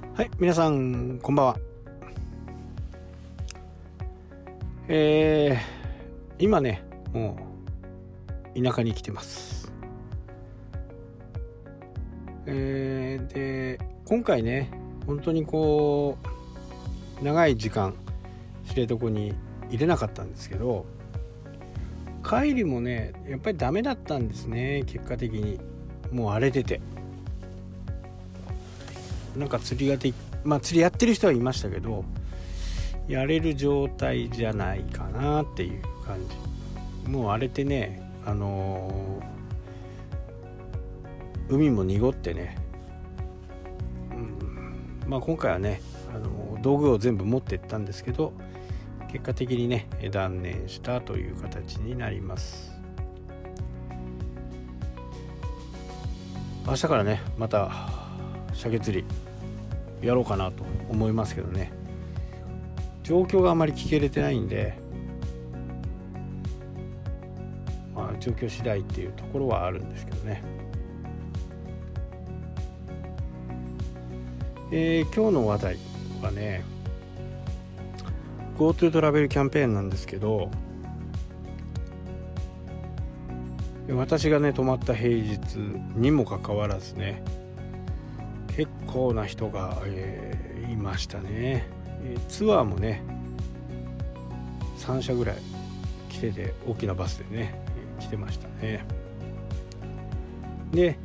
はい、皆さんこんばんは。今ね、もう田舎に来てます。で、今回ね、本当に長い時間知床に入れなかったんですけど、帰りもね、やっぱりダメだったんですね。結果的にもう荒れてて、なんか釣りやってる人はいましたけど、やれる状態じゃないかなっていう感じ。もう荒れてね、海も濁ってね、今回はね、道具を全部持ってったんですけど、結果的にね断念したという形になります。明日からねまた鮭釣りやろうかなと思いますけどね、状況があまり聞けれてないんで、状況次第っていうところはあるんですけどね。今日の話題はね GoTo トラベルキャンペーンなんですけど、私がね泊まった平日にもかかわらずね、結構な人が、いましたね。ツアーもね3社ぐらい来てて、大きなバスでね来てましたね。で、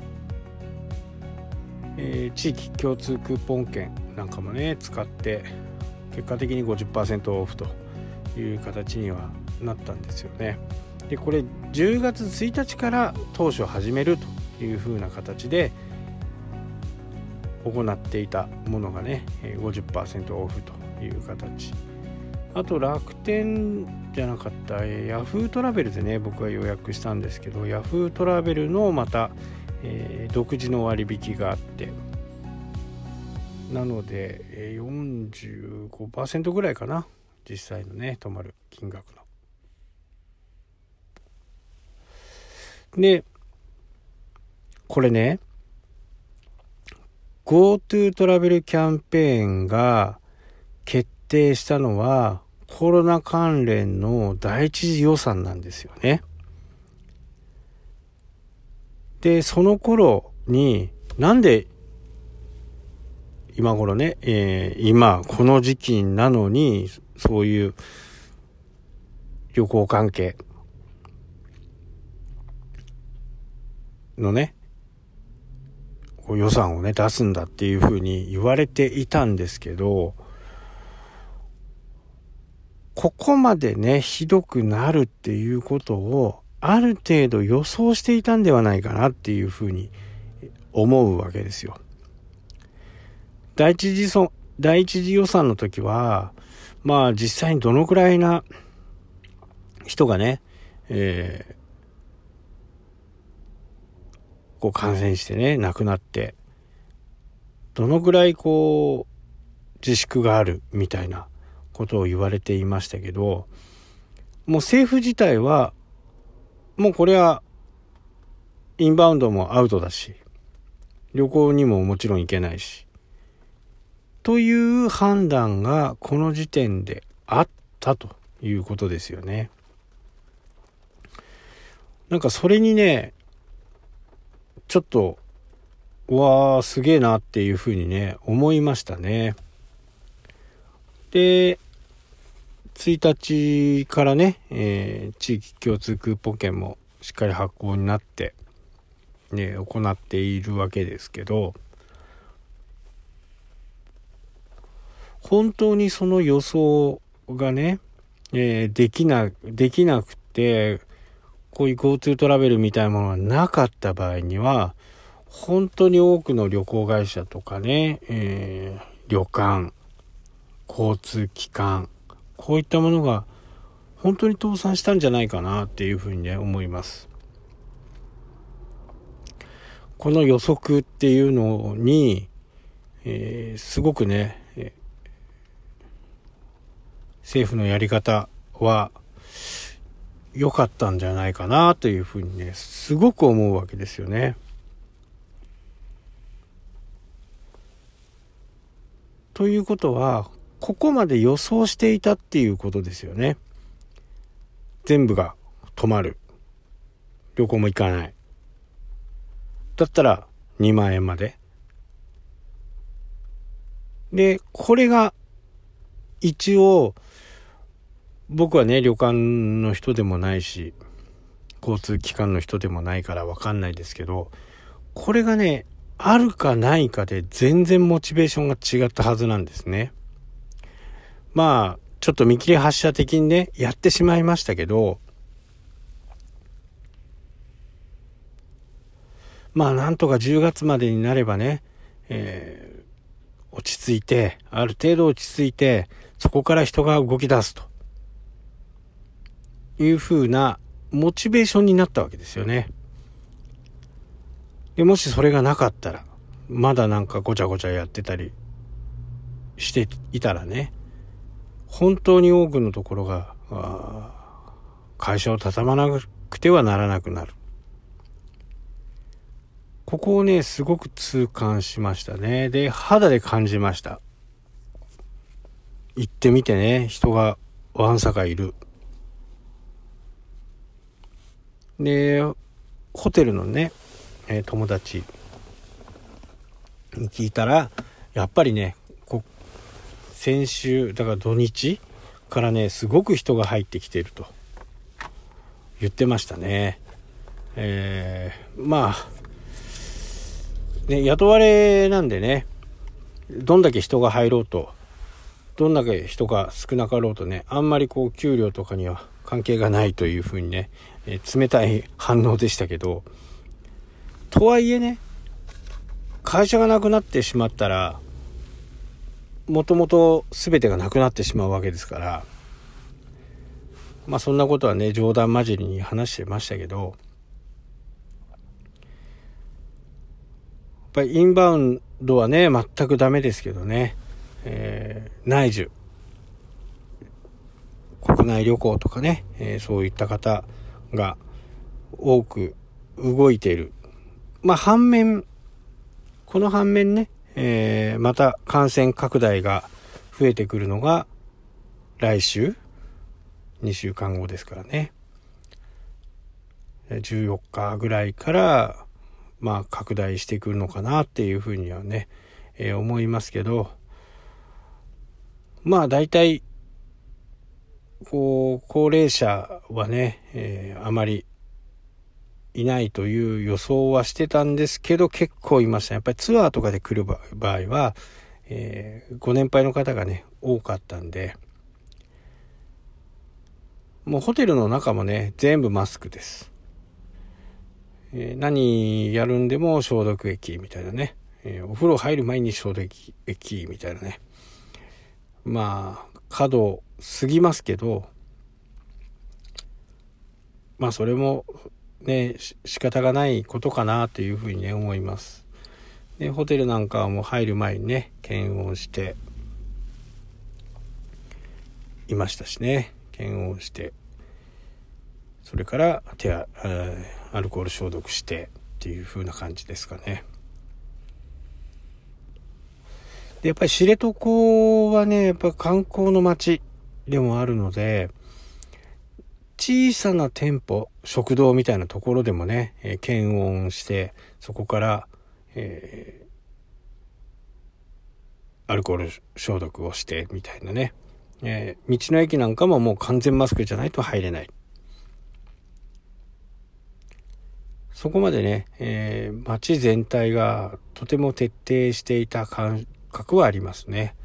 地域共通クーポン券なんかもね使って結果的に 50% オフという形にはなったんですよね。でこれ10月1日から当初始めるという風な形で行っていたものがね 50% オフという形。あと楽天じゃなかったヤフートラベルでね僕は予約したんですけど、ヤフートラベルのまた、独自の割引があって、なので 45% ぐらいかな、実際のね泊まる金額の。でこれね GoTo トラベルキャンペーンが決定したのはコロナ関連の第一次予算なんですよね。でその頃になんで今頃ね、今この時期なのにそういう旅行関係のね予算をね出すんだっていうふうに言われていたんですけど、ここまでねひどくなるっていうことをある程度予想していたんではないかなっていうふうに思うわけですよ。第一次予算の時は実際にどのくらいな人がね、感染してね亡くなって、どのくらい自粛があるみたいなことを言われていましたけど、もう政府自体はもうこれはインバウンドもアウトだし、旅行にももちろん行けないしという判断がこの時点であったということですよね。なんかそれにねちょっとすげえなっていうふうにね思いましたね。で1日からね、地域共通クーポン券もしっかり発行になってね行っているわけですけど、本当にその予想がね、できなくて、こういう GoTo トラベルみたいなものがなかった場合には、本当に多くの旅行会社とかね、旅館、交通機関、こういったものが本当に倒産したんじゃないかなっていうふうにね思います。この予測っていうのに、すごくね、政府のやり方は良かったんじゃないかなというふうにねすごく思うわけですよね。 ということは、ここまで予想していたっていうことですよね。全部が止まる。旅行も行かない。だったら2万円まで。で、これが一応、僕はね、旅館の人でもないし、交通機関の人でもないからわかんないですけど、これがね、あるかないかで全然モチベーションが違ったはずなんですね。まあ、ちょっと見切り発車的にね、やってしまいましたけど、まあなんとか10月までになればね、落ち着いて、ある程度落ち着いて、そこから人が動き出すという風なモチベーションになったわけですよね。でもしそれがなかったら、まだなんかごちゃごちゃやってたりしていたらね、本当に多くのところが会社を畳まなくてはならなくなる。ここをね、すごく痛感しましたね。で、肌で感じました。行ってみてね、人がわんさかいる。で、ホテルのね、友達に聞いたら、やっぱりね、先週、だから土日からね、すごく人が入ってきていると言ってましたね。まあ、ね、雇われなんでね、どんだけ人が入ろうと、どんだけ人が少なかろうとね、あんまりこう給料とかには関係がないというふうにね、冷たい反応でしたけど、とはいえね、会社がなくなってしまったら、もともと全てがなくなってしまうわけですから、まあそんなことはね、冗談交じりに話してましたけど、やっぱりインバウンドはね、全くダメですけどね、内需、国内旅行とかね、そういった方が多く動いている。まあこの反面ね、また感染拡大が増えてくるのが来週2週間後ですからね、14日ぐらいからまあ拡大してくるのかなっていうふうにはね、思いますけど、まあ大体高齢者はね、あまりいないという予想はしてたんですけど、結構いました。やっぱりツアーとかで来る場合は、ご年配の方がね多かったんで、もうホテルの中もね全部マスクです。何やるんでも消毒液みたいなね、お風呂入る前に消毒液みたいなね、まあ過度過ぎますけど、まあそれもね仕方がないことかなというふうにね思います。で、ホテルなんかはもう入る前にね検温していましたしね、検温して、それからアルコール消毒してっていう風な感じですかね。で、やっぱり知床はね、やっぱ観光の街でもあるので、小さな店舗、食堂みたいなところでもね、検温して、そこから、アルコール消毒をしてみたいなね、道の駅なんかももう完全マスクじゃないと入れない。そこまでね、街全体がとても徹底していた感覚はありますね。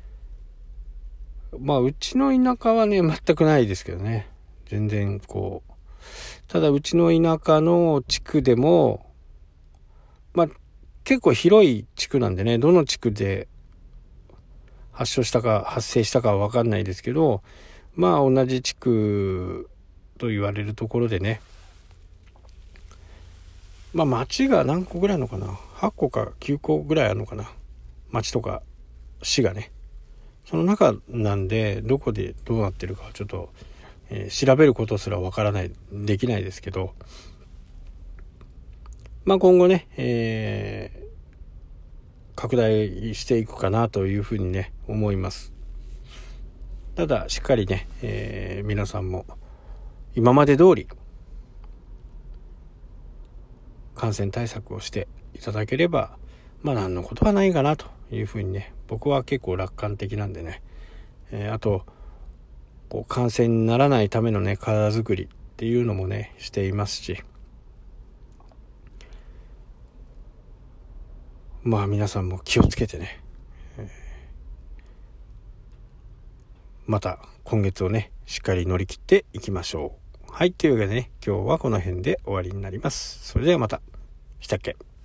まあうちの田舎はね全くないですけどね、全然ただうちの田舎の地区でもまあ結構広い地区なんでね、どの地区で発生したかは分かんないですけど、まあ同じ地区と言われるところでね、まあ町が何個ぐらいあるのかな、8個か9個ぐらいあるのかな、町とか市がね、その中なんでどこでどうなってるかちょっと、調べることすらできないですけど、まあ今後ね、 拡大していくかなというふうにね思います。ただしっかりね、皆さんも今まで通り感染対策をしていただければ何のことはないかなというふうにね、僕は結構楽観的なんでね、あと感染にならないためのね体作りっていうのもねしていますし、皆さんも気をつけてね、また今月をねしっかり乗り切っていきましょう。はい、というわけでね今日はこの辺で終わりになります。それではまた。したっけ。